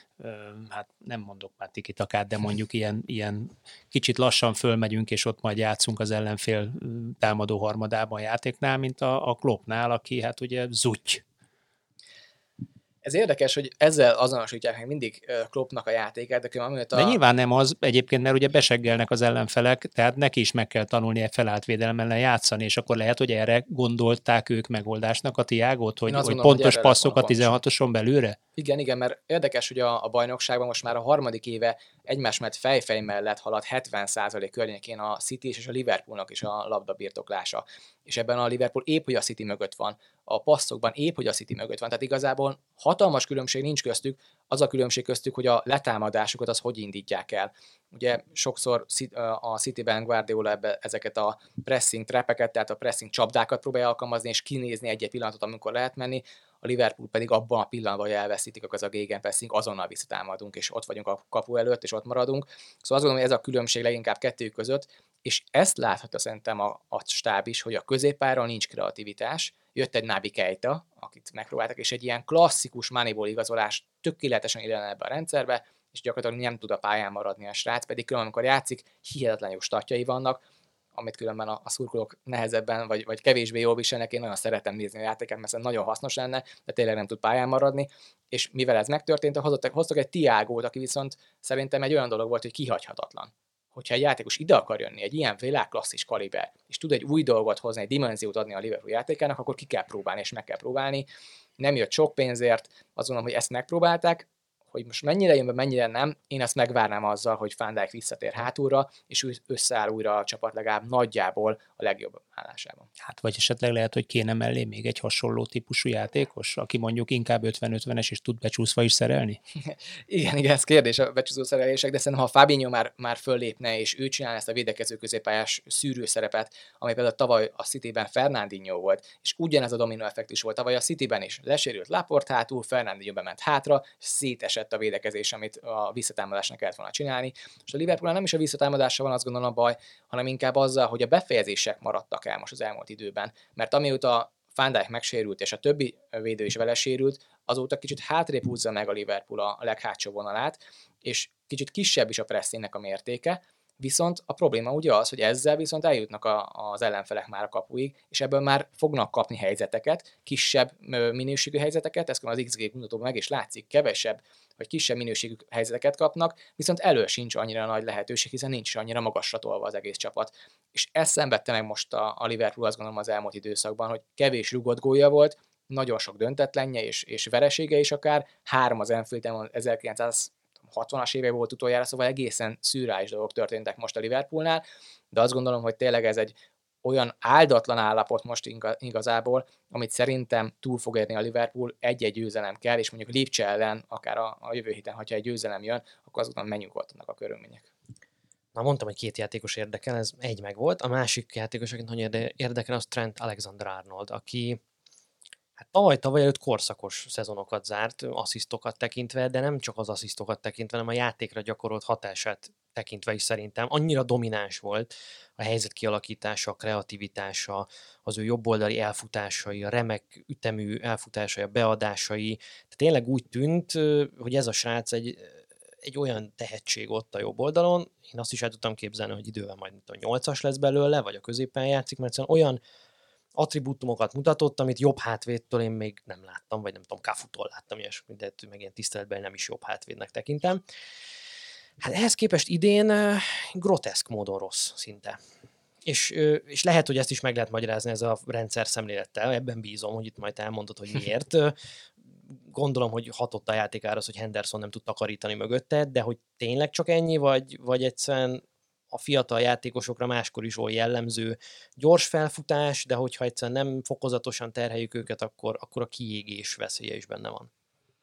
hát nem mondok már tikitakát, de mondjuk ilyen, ilyen kicsit lassan fölmegyünk, és ott majd játszunk az ellenfél támadó harmadában játéknál, mint a, a Kloppnál, aki hát ugye zutty. Ez érdekes, hogy ezzel azonosítják meg mindig Kloppnak a játékát, de különben a... De nyilván nem az egyébként, mert ugye beseggelnek az ellenfelek, tehát neki is meg kell tanulni egy felállt védelem ellen játszani, és akkor lehet, hogy erre gondolták ők megoldásnak a Thiagót, hogy, hogy gondolom, pontos hogy passzok a tizenhatoson belőle? Igen, igen, mert érdekes, hogy a, a bajnokságban most már a harmadik éve egymás mellett fejfej mellett halad hetven százalék környékén a City és a Liverpoolnak is a labdabirtoklása. És ebben a Liverpool épp, hogy a City mögött van. A passzokban épp, hogy a City mögött van. Tehát igazából hatalmas különbség nincs köztük, az a különbség köztük, hogy a letámadásukat az hogy indítják el. Ugye sokszor a Cityben Guardiola ebbe ezeket a pressing trapeket, tehát a pressing csapdákat próbálja alkalmazni, és kinézni egy-egy pillanatot, amikor lehet menni. A Liverpool pedig abban a pillanatban, hogy elveszítik az a gegenpressing, azonnal visszatámadunk, és ott vagyunk a kapu előtt, és ott maradunk. Szóval azt gondolom, hogy ez a különbség leginkább kettőjük között, és ezt láthatja szerintem a, a stáb is, hogy a középpályáról nincs kreativitás. Jött egy Naby Keita, akit megpróbáltak, és egy ilyen klasszikus Moneyball igazolás tökéletesen illene ebbe a rendszerbe, és gyakorlatilag nem tud a pályán maradni a srác, pedig különben, amikor játszik, hihetetlen jó statjai vannak, amit különben a, a szurkolók nehezebben, vagy, vagy kevésbé jól viselnek. Én nagyon szeretem nézni a játékát, mert ez nagyon hasznos lenne, de tényleg nem tud pályán maradni, és mivel ez megtörtént, hoztak, hoztak egy Thiagót, aki viszont szerintem egy olyan dolog volt, hogy kihagyhatatlan. Hogyha egy játékos ide akar jönni, egy ilyen világklasszis kaliber, és tud egy új dolgot hozni, egy dimenziót adni a Liverpool játékának, akkor ki kell próbálni, és meg kell próbálni. Nem jött sok pénzért, azt gondolom, hogy ezt megpróbálták, hogy most mennyire jön be, mennyire nem, én ezt megvárnám azzal, hogy Van Dijk visszatér hátulra, és ő összeáll újra a csapat legalább nagyjából a legjobb állásában. Hát vagy esetleg lehet, hogy kéne mellé még egy hasonló típusú játékos, aki mondjuk inkább ötven-ötvenes és tud becsúszva is szerelni? Igen, igen, ez kérdés a becsúszó szerelések, de szerintem ha Fabinho már, már föllépne, és ő csinálna ezt a védekező középpályás szűrőszerepet, ami például tavaly a Cityben Fernandinho volt, és ugyanez a dominó effektus volt tavaly a Cityben is. Lesérült Laporte hátul, Fernandinho bement hátra, és szétesett a védekezés, amit a visszatámadásnak kellett volna csinálni. És a Liverpoolnál nem is a visszatámadással van azt gondolom a baj, hanem inkább azzal, hogy a befejezések maradtak el most az elmúlt időben. Mert amióta Van Dijk megsérült, és a többi védő is vele sérült, azóta kicsit hátrébb húzza meg a Liverpool a leghátsó vonalát, és kicsit kisebb is a pressingnek a mértéke, viszont a probléma ugye az, hogy ezzel viszont eljutnak a, az ellenfelek már a kapuig, és ebből már fognak kapni helyzeteket, kisebb minőségű helyzeteket, ezt az iksz gé mutatóban meg is látszik, kevesebb vagy kisebb minőségű helyzeteket kapnak, viszont elő sincs annyira nagy lehetőség, hiszen nincs annyira magasra tolva az egész csapat. És ezt szenvedte meg most a, a Liverpool azt gondolom az elmúlt időszakban, hogy kevés rugott gólja volt, nagyon sok döntetlenje és, és veresége is akár, három az Anfielden ezerkilencszázhatvanas évek volt utoljára, szóval egészen szürreális dolgok történtek most a Liverpoolnál, de azt gondolom, hogy tényleg ez egy olyan áldatlan állapot most igazából, amit szerintem túl fog érni a Liverpool, egy-egy győzelem kell, és mondjuk Lipcse ellen, akár a, a jövő héten, ha egy győzelem jön, akkor azután megnyugodtanak a körülmények. Na, mondtam, hogy két játékos érdekel, ez egy meg volt. A másik játékos, akit nagyon érdekel, az Trent Alexander-Arnold, aki hát tavaly, tavaly előtt korszakos szezonokat zárt, asszisztokat tekintve, de nem csak az asszisztokat tekintve, hanem a játékra gyakorolt hatását tekintve is szerintem. Annyira domináns volt a helyzet kialakítása, a kreativitása, az ő jobboldali elfutásai, a remek ütemű elfutásai, a beadásai. Tehát tényleg úgy tűnt, hogy ez a srác egy, egy olyan tehetség ott a jobb oldalon. Én azt is el tudtam képzelni, hogy idővel majd a nyolcas lesz belőle, vagy a középen játszik, mert olyan attribútumokat mutatott, amit jobb hátvédtől én még nem láttam, vagy nem tudom, Cafutól láttam ilyesmit, de meg ilyen tiszteletben nem is jobb hátvédnek tekintem. Hát ehhez képest idén uh, groteszk módon rossz szinte. És, uh, és lehet, hogy ezt is meg lehet magyarázni ez a rendszer szemlélettel, ebben bízom, hogy itt majd elmondod, hogy miért. Gondolom, hogy hatott a játékára az, hogy Henderson nem tud takarítani mögötte, de hogy tényleg csak ennyi, vagy, vagy egyszerűen a fiatal játékosokra máskor is olyan jellemző gyors felfutás, de hogyha egyszerűen nem fokozatosan terheljük őket, akkor, akkor a kiégés veszélye is benne van.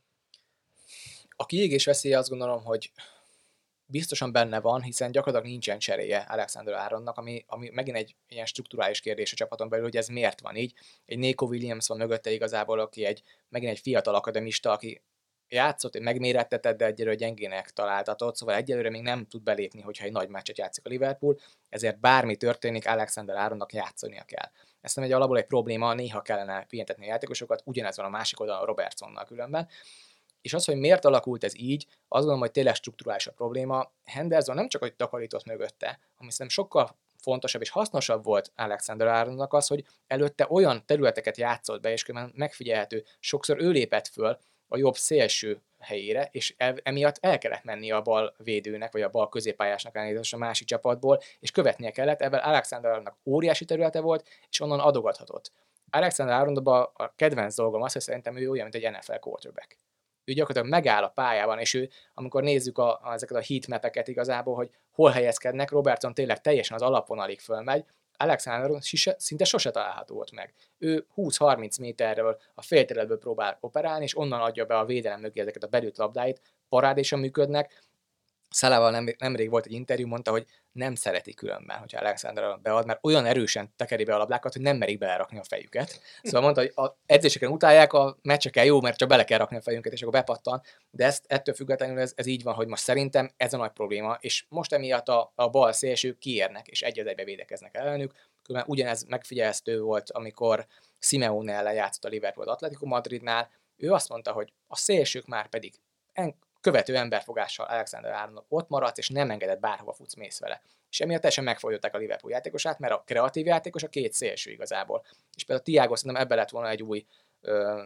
A kiégés veszélye azt gondolom, hogy biztosan benne van, hiszen gyakorlatilag nincsen cseréje Alexander-Arnoldnak, ami, ami megint egy ilyen strukturális kérdés a csapaton belül, hogy ez miért van így. Egy Neco Williams van mögötte igazából, aki egy, megint egy fiatal akademista, aki játszott, megmérettetett, de egyelőre gyengének találtatott, szóval egyelőre még nem tud belépni, hogyha egy nagy meccset játszik a Liverpool, ezért bármi történik, Alexander-Arnoldnak játszania kell. Ez nem egy alapból egy probléma, néha kellene pihentetni a játékosokat, ugyanez van a másik oldalon Robertsonnal különben. És az, hogy miért alakult ez így, azt gondolom, hogy tényleg strukturális a probléma. Henderson nem csak, hogy takarított mögötte, ami szerintem sokkal fontosabb és hasznosabb volt Alexander-Arnoldnak az, hogy előtte olyan területeket játszott be, és különben megfigyelhető, sokszor ő lépett föl a jobb szélső helyére, és el, emiatt el kellett menni a bal védőnek, vagy a bal középpályásnak elnézést a másik csapatból, és követnie kellett, ebben Alexander-Arnoldnak óriási területe volt, és onnan adogathatott. Alexander-Arnoldban a kedvenc dolgom az, hogy szerintem ő olyan, mint egy en ef el quarterback. Ő gyakorlatilag megáll a pályában, és ő, amikor nézzük a, a, ezeket a heatmapeket igazából, hogy hol helyezkednek, Robertson tényleg teljesen az alapvonalig fölmegy, Alexander szinte sose található volt meg. Ő húsz-harminc méterről a félterületből próbál operálni, és onnan adja be a védelem mögé ezeket a belütt labdáit, parádésen működnek. Szalával nem, nemrég volt egy interjú, mondta, hogy nem szereti különben, hogyha Alexander bead, mert olyan erősen tekeri be a labdákat, hogy nem merik belerakni a fejüket. Szóval mondta, hogy az edzéseken utálják, a meccseken jó, mert csak bele kell rakni a fejünket, és akkor bepattan. De ezt, ettől függetlenül ez, ez így van, hogy most szerintem ez a nagy probléma, és most emiatt a, a bal szélsők kiérnek, és egy az egybe védekeznek ellenük. Különben ugyanez megfigyelhető volt, amikor Simeone ellen játszott a Liverpool Atletico Madridnál. Ő azt mondta, hogy a szélsők már pedig en- követő emberfogással Alexander-Arnold ott maradsz, és nem engedett bárhova futsz, mész vele. És emiatt teljesen megfordították a Liverpool játékosát, mert a kreatív játékos a két szélső igazából. És például Thiago szerintem ebbe lett volna egy új ö,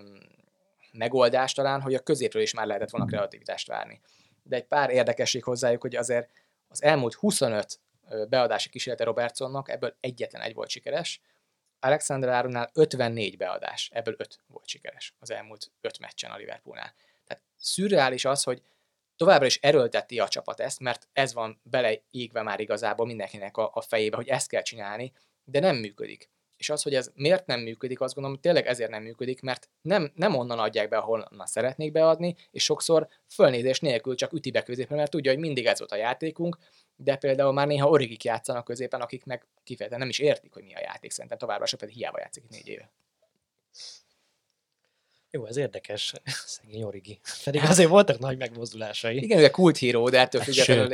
megoldás talán, hogy a középről is már lehetett volna kreativitást várni. De egy pár érdekesség hozzájuk, hogy azért az elmúlt huszonöt beadási kísérlete Robertsonnak, ebből egyetlen egy volt sikeres, Alexander-Arnoldnál ötvennégy beadás, ebből öt volt sikeres az elmúlt öt meccsen a Liverpoolnál. Tehát szürreális az, hogy továbbra is erőlteti a csapat ezt, mert ez van beleégve már igazából mindenkinek a, a fejébe, hogy ezt kell csinálni, de nem működik. És az, hogy ez miért nem működik, azt gondolom, hogy tényleg ezért nem működik, mert nem, nem onnan adják be, ahol szeretnék beadni, és sokszor fölnézés nélkül csak üti be középen, mert tudja, hogy mindig ez volt a játékunk, de például már néha origik játszanak középen, akik meg kifejezetten nem is értik, hogy mi a játék, szerintem továbbra sem, pedig hiába játszik itt négy éve. Jó, ez érdekes, szegény Origi. Pedig azért voltak nagy megmozdulásai. Igen, ugye kulthíró, de ettől függetlenül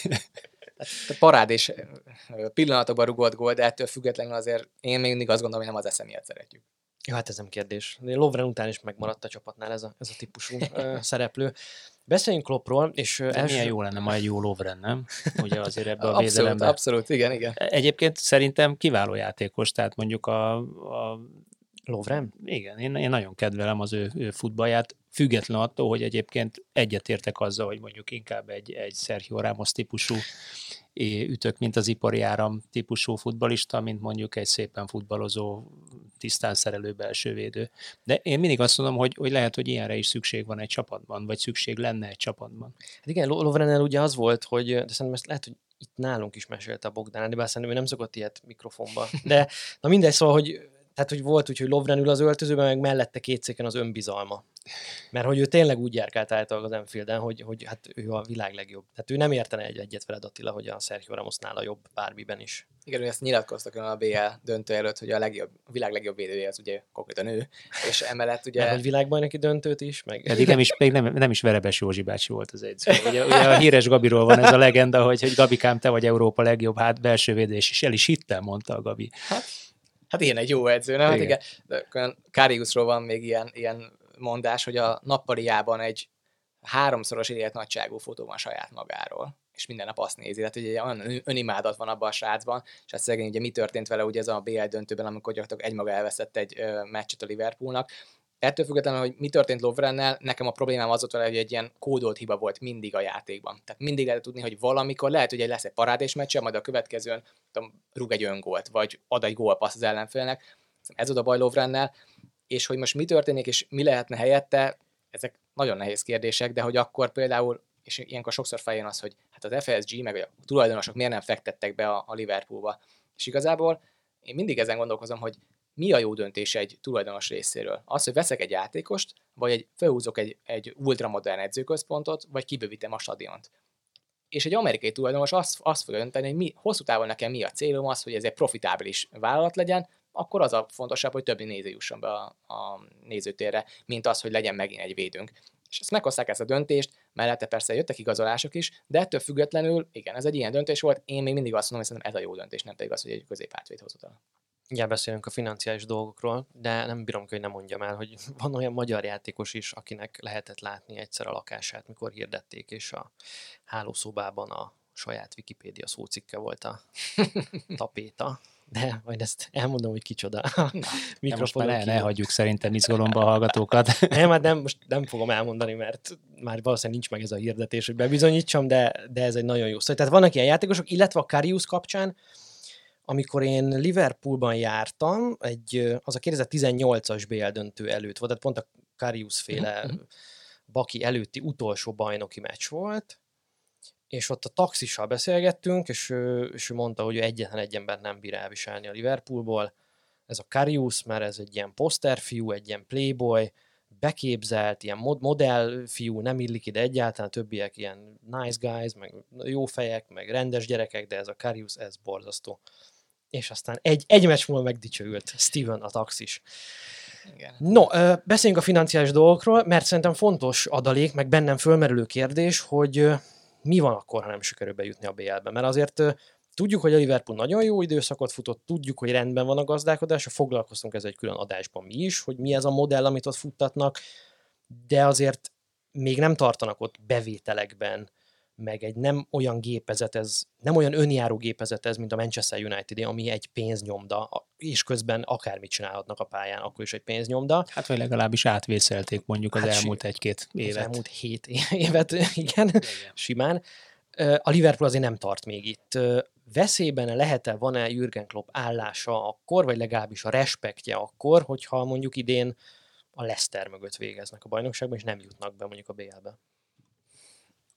a parád és pillanatokban rugott gól, de ettől függetlenül azért én még mindig azt gondolom, hogy nem az esze miatt szeretjük. Jó, hát ez nem kérdés. Lovren után is megmaradt a csapatnál ez a, ez a típusú uh, szereplő. Beszéljünk Kloppról, és uh, első... milyen jó lenne ma egy jó Lovren, nem? Ugye azért ebbe a abszolút, védelembe. Abszolút, igen, igen. Egyébként szerintem kiváló játékos, tehát mondjuk a... a... Lovren? Igen, én, én nagyon kedvelem az ő, ő futballját, független attól, hogy egyébként egyetértek azzal, hogy mondjuk inkább egy, egy Sergio Ramos típusú ütök, mint az ipari áram típusú futballista, mint mondjuk egy szépen futballozó, tisztán szerelő belsővédő. De én mindig azt mondom, hogy, hogy lehet, hogy ilyenre is szükség van egy csapatban, vagy szükség lenne egy csapatban. Hát igen, Lovrennel ugye az volt, hogy de szerintem ezt lehet, hogy itt nálunk is mesélte a Bogdán, de bár szerintem ő nem szokott ilyet mikrofonba. De na mindegy, szóval, hogy tehát, hogy volt úgy, hogy Lovren ül az öltözőben, meg mellette két széken az önbizalma. Mert hogy ő tényleg úgy járkált általában az Anfielden, hogy, hogy hát ő a világ legjobb. Tehát ő nem értene egy egyet veled, Attila, hogy a Sergio Ramos nála jobb bármiben is. Igen, ő ezt nyilatkoztak a bé el döntő előtt, hogy a, legjobb, a világ legjobb védője az ugye konkrétan ő, és emellett ugye... Meg, hogy világbajnoki döntőt is, meg... Pedig nem is, nem, nem is Verebes Józsi bácsi volt az edző. Ugye, ugye a híres Gabiról van ez a legenda, hogy, hogy Gabikám, te vagy Európa legjobb hát belső védés, és el is hittem, mondta a Gabi. Hát, hát ilyen egy jó edző, nem? Hát igen. igen. Kariusról van még ilyen, ilyen mondás, hogy a nappaliában egy háromszoros életnagyságú fotó van saját magáról, és minden nap azt nézi, tehát ugye olyan önimádat van abban a srácban, és hát szegény, ugye mi történt vele ugye ez a bé el döntőben, amikor gyakorlatilag egymaga elveszett egy ö, meccset a Liverpoolnak. Ettől függetlenül, hogy mi történt Lovrennel, nekem a problémám az volt vele, hogy egy ilyen kódolt hiba volt mindig a játékban. Tehát mindig lehet tudni, hogy valamikor lehet, hogy egy lesz egy parádés meccse, majd a következőn tudom, rúg egy öngolt, vagy ad egy gólpassz az ellenfélnek. Ez oda baj Lovrennel, és hogy most mi történik, és mi lehetne helyette, ezek nagyon nehéz kérdések, de hogy akkor például, és ilyenkor sokszor feljön az, hogy hát az ef es gé meg a tulajdonosok miért nem fektettek be a, a Liverpoolba. És igazából én mindig ezen gondolkozom, hogy mi a jó döntés egy tulajdonos részéről? Az, hogy veszek egy játékost, vagy egy, felhúzok egy, egy ultramodern edzőközpontot, vagy kibővítem a stadiont. És egy amerikai tulajdonos azt, azt fogja dönteni, hogy mi, hosszú távon nekem mi a célom, az, hogy ez egy profitábilis vállalat legyen, akkor az a fontosabb, hogy többi néző jusson be a, a nézőtérre, mint az, hogy legyen megint egy védőnk. És ezt meghozták ezt a döntést, mellette persze jöttek igazolások is, de ettől függetlenül, igen, ez egy ilyen döntés volt, én még mindig azt mondom, hogy szerintem ez a jó döntés, nem pedig az, hogy egy középátvét hozott el. Igen, beszélünk a financiális dolgokról, de nem bírom, hogy nem mondjam el, hogy van olyan magyar játékos is, akinek lehetett látni egyszer a lakását, mikor hirdették, és a hálószobában a saját Wikipédia szócikke volt a tapéta. De majd ezt elmondom, hogy kicsoda. Na, most már ne, ne hagyjuk szerintem izgalomba a hallgatókat. Nem, hát nem, most nem fogom elmondani, mert már valószínűleg nincs meg ez a hirdetés, hogy bebizonyítsam, de, de ez egy nagyon jó szó. Tehát vannak ilyen játékosok, illetve a Karius kapcsán, amikor én Liverpoolban jártam, egy, az a kétezer-tizennyolcas bé el döntő előtt volt, tehát pont a Karius féle mm-hmm. Baki előtti utolsó bajnoki meccs volt, és ott a taxissal beszélgettünk, és ő, és ő mondta, hogy ő egyetlen egy ember nem bír elviselni a Liverpoolból. Ez a Karius, mert ez egy ilyen poszterfiú, egy ilyen playboy, beképzelt, ilyen mod- modellfiú, nem illik ide egyáltalán, többiek ilyen nice guys, meg jó fejek, meg rendes gyerekek, de ez a Karius, ez borzasztó. És aztán egy, egy meccs múlva megdicsőült Steven, a taxis. Igen. No, beszéljünk a financiális dolgokról, mert szerintem fontos adalék, meg bennem fölmerülő kérdés, hogy mi van akkor, ha nem sikerül bejutni a bé el-be? Mert azért uh, tudjuk, hogy a Liverpool nagyon jó időszakot futott, tudjuk, hogy rendben van a gazdálkodás, foglalkoztunk ezzel egy külön adásban mi is, hogy mi ez a modell, amit ott futtatnak, de azért még nem tartanak ott bevételekben, meg egy nem olyan gépezet ez, nem olyan önjáró gépezet ez, mint a Manchester United, ami egy pénznyomda, és közben akármit csinálhatnak a pályán, akkor is egy pénznyomda. Hát vagy legalábbis átvészelték mondjuk az hát elmúlt egy-két évet. Az elmúlt hét évet, igen, igen, simán. A Liverpool azért nem tart még itt. Veszélyben lehet-e, van-e Jürgen Klopp állása akkor, vagy legalábbis a respektje akkor, hogyha mondjuk idén a Leicester mögött végeznek a bajnokságban, és nem jutnak be mondjuk a bé el-be?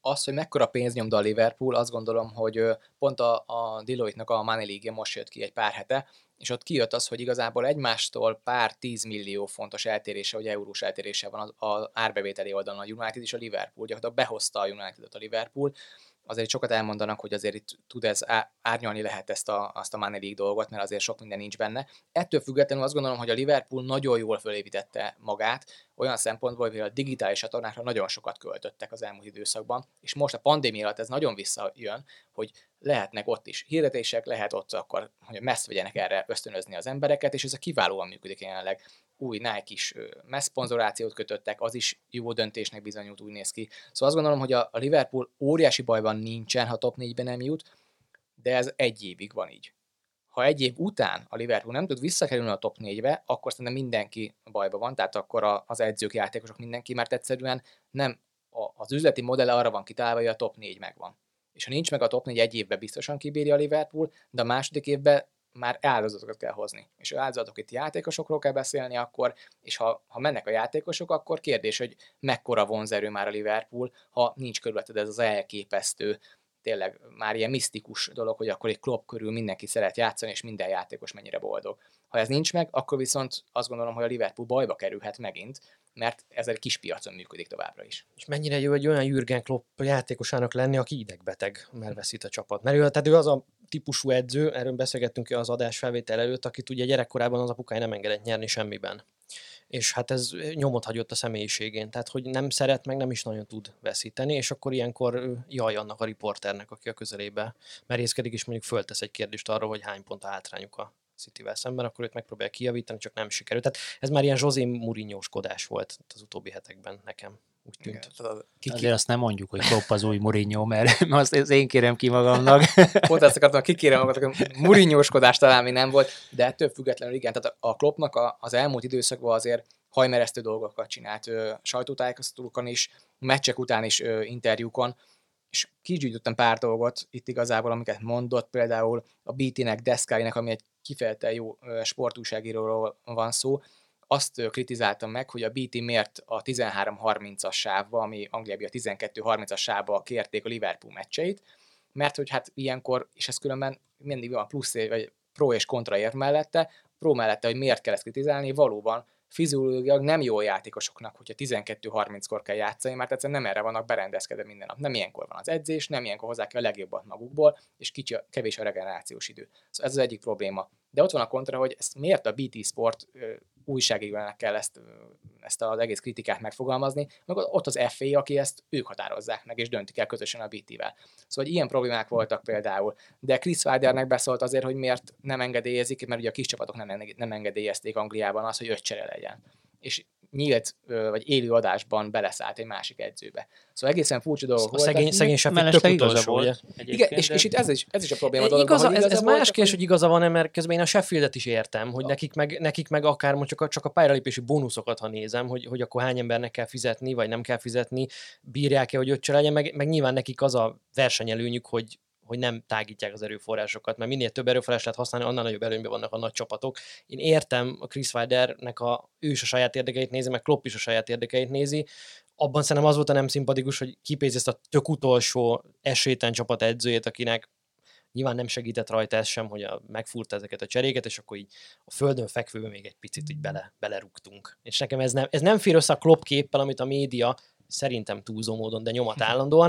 az, hogy mekkora pénznyomda a Liverpool, azt gondolom, hogy pont a, a Deloitte-nak a Money League most jött ki egy pár hete, és ott kijött az, hogy igazából egymástól pár tízmillió fontos eltérése, vagy eurós eltérése van az, az árbevételi oldalon a United és a Liverpool. Gyakorlatilag behozta a United-ot a Liverpool. Azért sokat elmondanak, hogy azért itt tud ez árnyalni lehet ezt a, azt a Money League dolgot, mert azért sok minden nincs benne. Ettől függetlenül azt gondolom, hogy a Liverpool nagyon jól fölépítette magát, olyan szempontból, hogy a digitális csatornákra nagyon sokat költöttek az elmúlt időszakban, és most a pandémia alatt ez nagyon visszajön, hogy lehetnek ott is hirdetések, lehet ott akkor, hogy messz vegyenek erre ösztönözni az embereket, és ez a kiválóan működik jelenleg. Új Nike is messz szponzorációt kötöttek, az is jó döntésnek bizonyult, úgy néz ki. Szóval azt gondolom, hogy a Liverpool óriási bajban nincsen, ha top négyben nem jut, de ez egy évig van így. Ha egy év után a Liverpool nem tud visszakerülni a top négybe, akkor szerintem mindenki bajba van, tehát akkor az edzők, játékosok, mindenki, mert egyszerűen nem az üzleti modell arra van kitalálva, hogy a top négy megvan. És ha nincs meg a top négy, egy évben biztosan kibírja a Liverpool, de a második évben már áldozatokat kell hozni. És az áldozatok itt játékosokról kell beszélni akkor, és ha, ha mennek a játékosok, akkor kérdés, hogy mekkora vonzerő már a Liverpool, ha nincs körülötted ez az elképesztő, tényleg már ilyen misztikus dolog, hogy akkor egy Klopp körül mindenki szeret játszani, és minden játékos mennyire boldog. Ha ez nincs meg, akkor viszont azt gondolom, hogy a Liverpool bajba kerülhet megint, mert ez egy kis piacon működik továbbra is. És mennyire jó egy olyan Jürgen Klopp játékosának lenni, aki idegbeteg, mert veszít a csapat. Mert ő, tehát ő az a típusú edző, erről beszélgettünk az adás felvétel előtt, akit ugye gyerekkorában az apukája nem engedett nyerni semmiben. És hát ez nyomot hagyott a személyiségén, tehát hogy nem szeret, meg nem is nagyon tud veszíteni, és akkor ilyenkor jaj annak a riporternek, aki a közelébe merészkedik, és mondjuk föltesz egy kérdést arra, hogy hány pont a hátrányuk a Cityvel szemben, akkor őt megpróbálja kijavítani, csak nem sikerült. Tehát ez már ilyen José Mourinho-skodás volt az utóbbi hetekben nekem. Úgy tűnt. Igen, ki, Azért azt nem mondjuk, hogy Klopp az új Mourinho, mert azt én kérem ki magamnak. Pont ezt akartam, kikérem magamnak, Mourinho-skodás talán még nem volt, de ettől függetlenül igen, tehát a Kloppnak az elmúlt időszakban azért hajmeresztő dolgokat csinált, sajtótájékoztatókon is, meccsek után is interjúkon, és kigyűjtöttem pár dolgot itt igazából, amiket mondott, például a bé té-nek, Deskáinek, ami egy kifejezetten jó sportújságíróról van szó, azt kritizáltam meg, hogy a bé té miért a tizenhárom harmincas sávba, ami Angliában a tizenkettő harmincas sávba kérték a Liverpool meccseit, mert hogy hát ilyenkor, és ez különben mindig van plusz, vagy pro és kontra érv mellette, pro mellette, hogy miért kell ezt kritizálni, valóban fiziológiailag nem jó játékosoknak, hogyha tizenkettő harminckor kell játszani, mert egyszerűen nem erre vannak berendezkedve minden nap. Nem ilyenkor van az edzés, nem ilyenkor hozzá kell a legjobbat magukból, és kicsi, kevés a regenerációs idő. Szóval ez az egyik probléma. De ott van a kontra, hogy ezt miért a bé té Sport újságírónak kell ezt, ezt az egész kritikát megfogalmazni, meg ott az ef á, aki ezt ők határozzák meg, és döntik el közösen a bé té-vel. Szóval hogy ilyen problémák voltak például. De Chris Wildernek beszólt azért, hogy miért nem engedélyezik, mert ugye a kis csapatok nem, nem engedélyezték Angliában azt, hogy öt csere legyen. És nyílt vagy élő adásban beleszállt egy másik edzőbe. Szóval egészen furcsa dolgok voltak. Szegény, szegény Sheffield tök utolsó, volt. Igen, és, és itt ez is, ez is a probléma dolog. Igaza, ez, ez más kérdés, hogy... hogy igaza van-e, mert közben én a Sheffieldet is értem, hogy nekik meg, nekik meg akár most csak a, csak a pályalépési bónuszokat, ha nézem, hogy, hogy akkor hány embernek kell fizetni, vagy nem kell fizetni, bírják-e, hogy öccse legyen, meg, meg nyilván nekik az a versenyelőnyük, hogy hogy nem tágítják az erőforrásokat, mert minél több erőforrás lehet használni, annál nagyobb előnyben vannak a nagy csapatok. Én értem a Chris Wildernek a ő is a saját érdekeit nézi, meg Klopp is a saját érdekeit nézi. Abban szerintem az volt a nem szimpatikus, hogy kipénz ezt a tök utolsó esélytelen csapat edzőjét, akinek nyilván nem segített rajta ez sem, hogy a, megfúrta ezeket a cseréket, és akkor így a földön fekvőben még egy picit így bele, belerúgtunk. És nekem ez nem, ez nem fér össze a Klopp képpel, amit a média szerintem túlzó módon, de nyomat állandóan.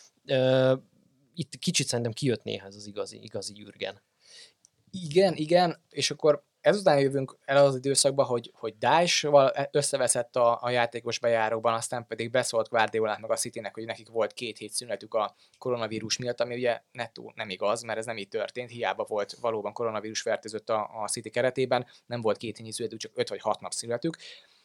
Ö, itt kicsit szerintem kijött néha ez az igazi, igazi Jürgen. Igen, igen, és akkor ezután jövünk el az időszakba, hogy, hogy Daesh-val összeveszett a, a játékos bejárókban, aztán pedig beszólt Guardiolát meg a Citynek, hogy nekik volt két hét szünetük a koronavírus miatt, ami ugye nettó nem igaz, mert ez nem így történt, hiába volt valóban koronavírus fertőzött a, a City keretében, nem volt két hétnyi szünetük, csak öt vagy hat nap szünetük.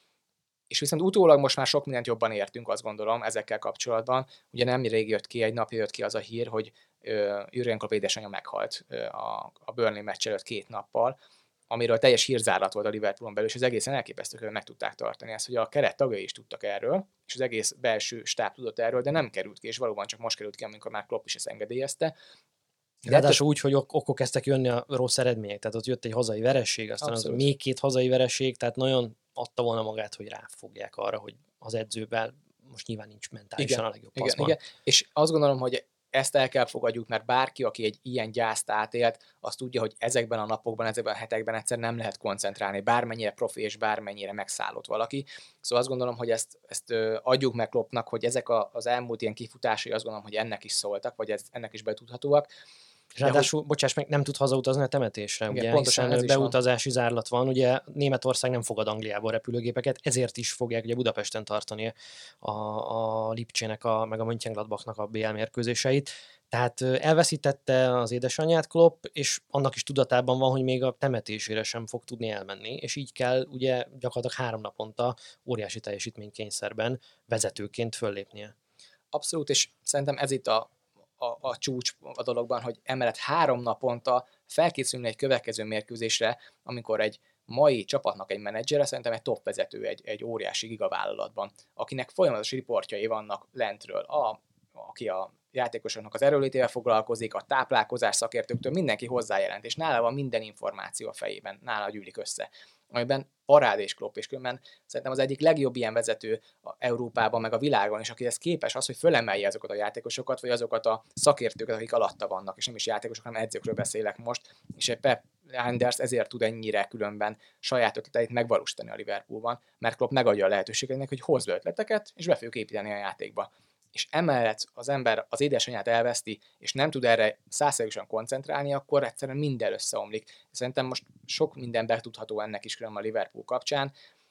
És viszont utólag most már sok mindent jobban értünk, azt gondolom, ezekkel kapcsolatban. Ugye nem rég jött ki, egy napja jött ki az a hír, hogy uh, Jürgen Klopp édesanyja meghalt uh, a, a Burnley meccs előtt két nappal, amiről teljes hírzárlat volt a Liverpoolon belül, és ez egészen elképesztő, hogy meg tudták tartani ezt, hogy a keret tagjai is tudtak erről, és az egész belső stáb tudott erről, de nem került ki, és valóban csak most került ki, amikor már Klopp is ezt engedélyezte. Ráadásul úgy, hogy ok- akkor kezdtek jönni a rossz eredmények, tehát ott jött egy hazai veresség, aztán az még két hazai veresség, tehát nagyon adta volna magát, hogy ráfogják arra, hogy az edzővel most nyilván nincs mentálisan igen, a legjobb igen, paszban. igen, és azt gondolom, hogy ezt el kell fogadjuk, mert bárki, aki egy ilyen gyászt átélt, az tudja, hogy ezekben a napokban, ezekben a hetekben egyszer nem lehet koncentrálni, bármennyire profi és bármennyire megszállott valaki. Szóval azt gondolom, hogy ezt, ezt adjuk meg Kloppnak, hogy ezek a, az elmúlt ilyen kifutásai azt gondolom, hogy ennek is szóltak, vagy ez, ennek is betudhatóak. És ráadásul, hogy... bocsáss meg, nem tud hazautazni a temetésre, igen, ugye, pontosan hiszen beutazási zárlat van, ugye Németország nem fogad Angliából repülőgépeket, ezért is fogják ugye Budapesten tartani a, a Lipcsének, a, meg a Mönchengladbachnak a bé el mérkőzéseit. Tehát elveszítette az édesanyját Klopp, és annak is tudatában van, hogy még a temetésére sem fog tudni elmenni, és így kell ugye gyakorlatilag három naponta óriási teljesítménykényszerben vezetőként föllépnie. Abszolút, és szerintem ez itt a A, a csúcs a dologban, hogy emellett három naponta felkészülni egy következő mérkőzésre, amikor egy mai csapatnak egy menedzsere, szerintem egy top vezető egy, egy óriási gigavállalatban, akinek folyamatos riportjai vannak lentről, a, aki a játékosoknak az erőlétével foglalkozik, a táplálkozás szakértőktől, mindenki hozzájelent, és nála van minden információ a fejében, nála gyűlik össze, amiben parád és Klopp, és különben szerintem az egyik legjobb ilyen vezető a Európában, meg a világon, és aki ez képes az, hogy fölemelje azokat a játékosokat, vagy azokat a szakértőket, akik alatta vannak, és nem is játékosok, hanem edzőkről beszélek most, és egy Pep Linders ezért tud ennyire különben saját ötleteit megvalósítani a Liverpoolban, mert Klopp megadja a lehetőséget, hogy hozz be ötleteket, és be fogjuk építeni a játékba. És emellett az ember az édesanyját elveszti, és nem tud erre százszerűen koncentrálni, akkor egyszerűen minden összeomlik. Szerintem most sok minden betudható ennek is különben a Liverpool kapcsán.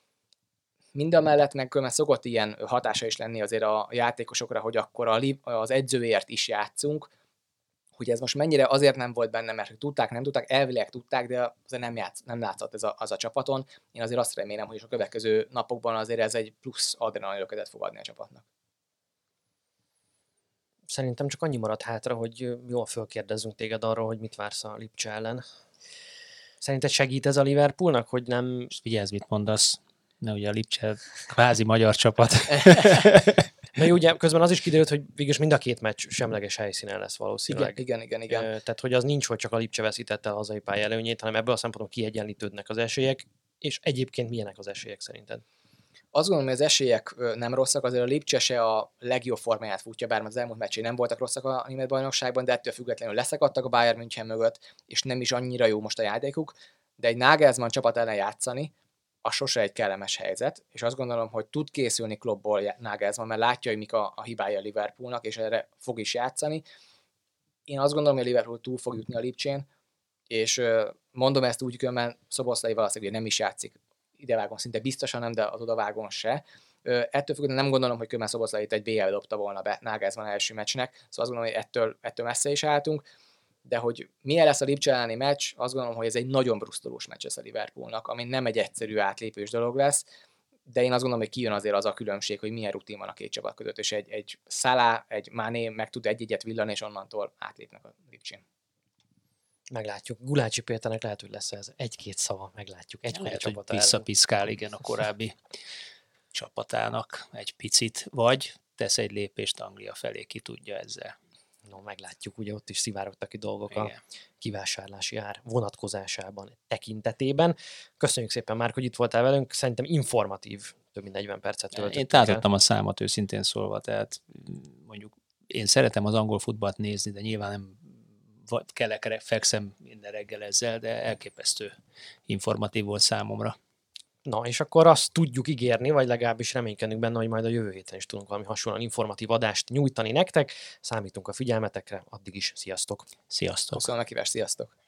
Mindamellett meg különben szokott ilyen hatása is lenni azért a játékosokra, hogy akkor a, az edzőért is játszunk, hogy ez most mennyire azért nem volt benne, mert tudták, nem tudták, elvileg tudták, de azért nem, játsz, nem látszott ez a, az a csapaton. Én azért azt remélem, hogy a következő napokban azért ez egy plusz adrenalinökötet fog adni a csapatnak. Szerintem csak annyi maradt hátra, hogy jól fölkérdezzünk téged arról, hogy mit vársz a Lipcse ellen. Szerinted segít ez a Liverpoolnak, hogy nem... Figyelj, mit mondasz? Ne, ugye a Lipcse kvázi magyar csapat. Na ugye közben az is kiderült, hogy végülis mind a két meccs semleges helyszínen lesz valószínűleg. Igen, igen, igen, igen. Tehát, hogy az nincs, hogy csak a Lipcse veszítette a hazai pálya előnyét, hanem ebből a szempontból kiegyenlítődnek az esélyek, és egyébként milyenek az esélyek szerinted? Azt gondolom, hogy az esélyek nem rosszak, azért a Lipcse se a legjobb formáját futja, bár az elmúlt meccsé nem voltak rosszak a német bajnokságban, de ettől függetlenül leszakadtak a Bayern München mögött, és nem is annyira jó most a játékuk, de egy Nagelsmann csapat ellen játszani, az sose egy kellemes helyzet, és azt gondolom, hogy tud készülni Kloppból Nagelsmann, mert látja, hogy mik a, a hibája a Liverpoolnak, és erre fog is játszani. Én azt gondolom, hogy a Liverpool túl fog jutni a Lipcsén, és mondom ezt úgy, különben Szoboszlai valószínűleg nem is játszik. Idevágon szinte biztosan nem, de az odavágon se. Ettől függően nem gondolom, hogy Kömmel Szoboszlait egy bé el dobta volna be Nagelsmann első meccsnek, szóval azt gondolom, hogy ettől, ettől messze is álltunk, de hogy milyen lesz a Lipcse elleni meccs, azt gondolom, hogy ez egy nagyon brusztolós meccs lesz a Liverpoolnak, ami nem egy egyszerű átlépős dolog lesz, de én azt gondolom, hogy kijön azért az a különbség, hogy milyen rutin van a két csapat között, és egy, egy Salah, egy Mané meg tud egy-egyet villani, és onnantól átlépnek a Lipcsén. Meglátjuk. Gulácsi Péternek lehet, hogy lesz ez egy-két szava, meglátjuk. Egy lehet, hogy visszapiszkál, igen, a korábbi csapatának egy picit, vagy tesz egy lépést Anglia felé, ki tudja ezzel. No, meglátjuk, ugye ott is szivárogtak ki dolgok igen. A kivásárlási ár vonatkozásában, tekintetében. Köszönjük szépen, Márk, hogy itt voltál velünk. Szerintem informatív, több mint negyven percet töltöttünk. Én tátottam a számot őszintén szólva, tehát mondjuk én szeretem az angol futballt nézni, de nyilván nem kelekre fekszem minden reggel ezzel, de elképesztő informatív volt számomra. Na, és akkor azt tudjuk ígérni, vagy legalábbis reménykedünk benne, hogy majd a jövő héten is tudunk valami hasonlóan informatív adást nyújtani nektek. Számítunk a figyelmetekre, addig is sziasztok! Sziasztok! Köszönöm a meghívást, sziasztok!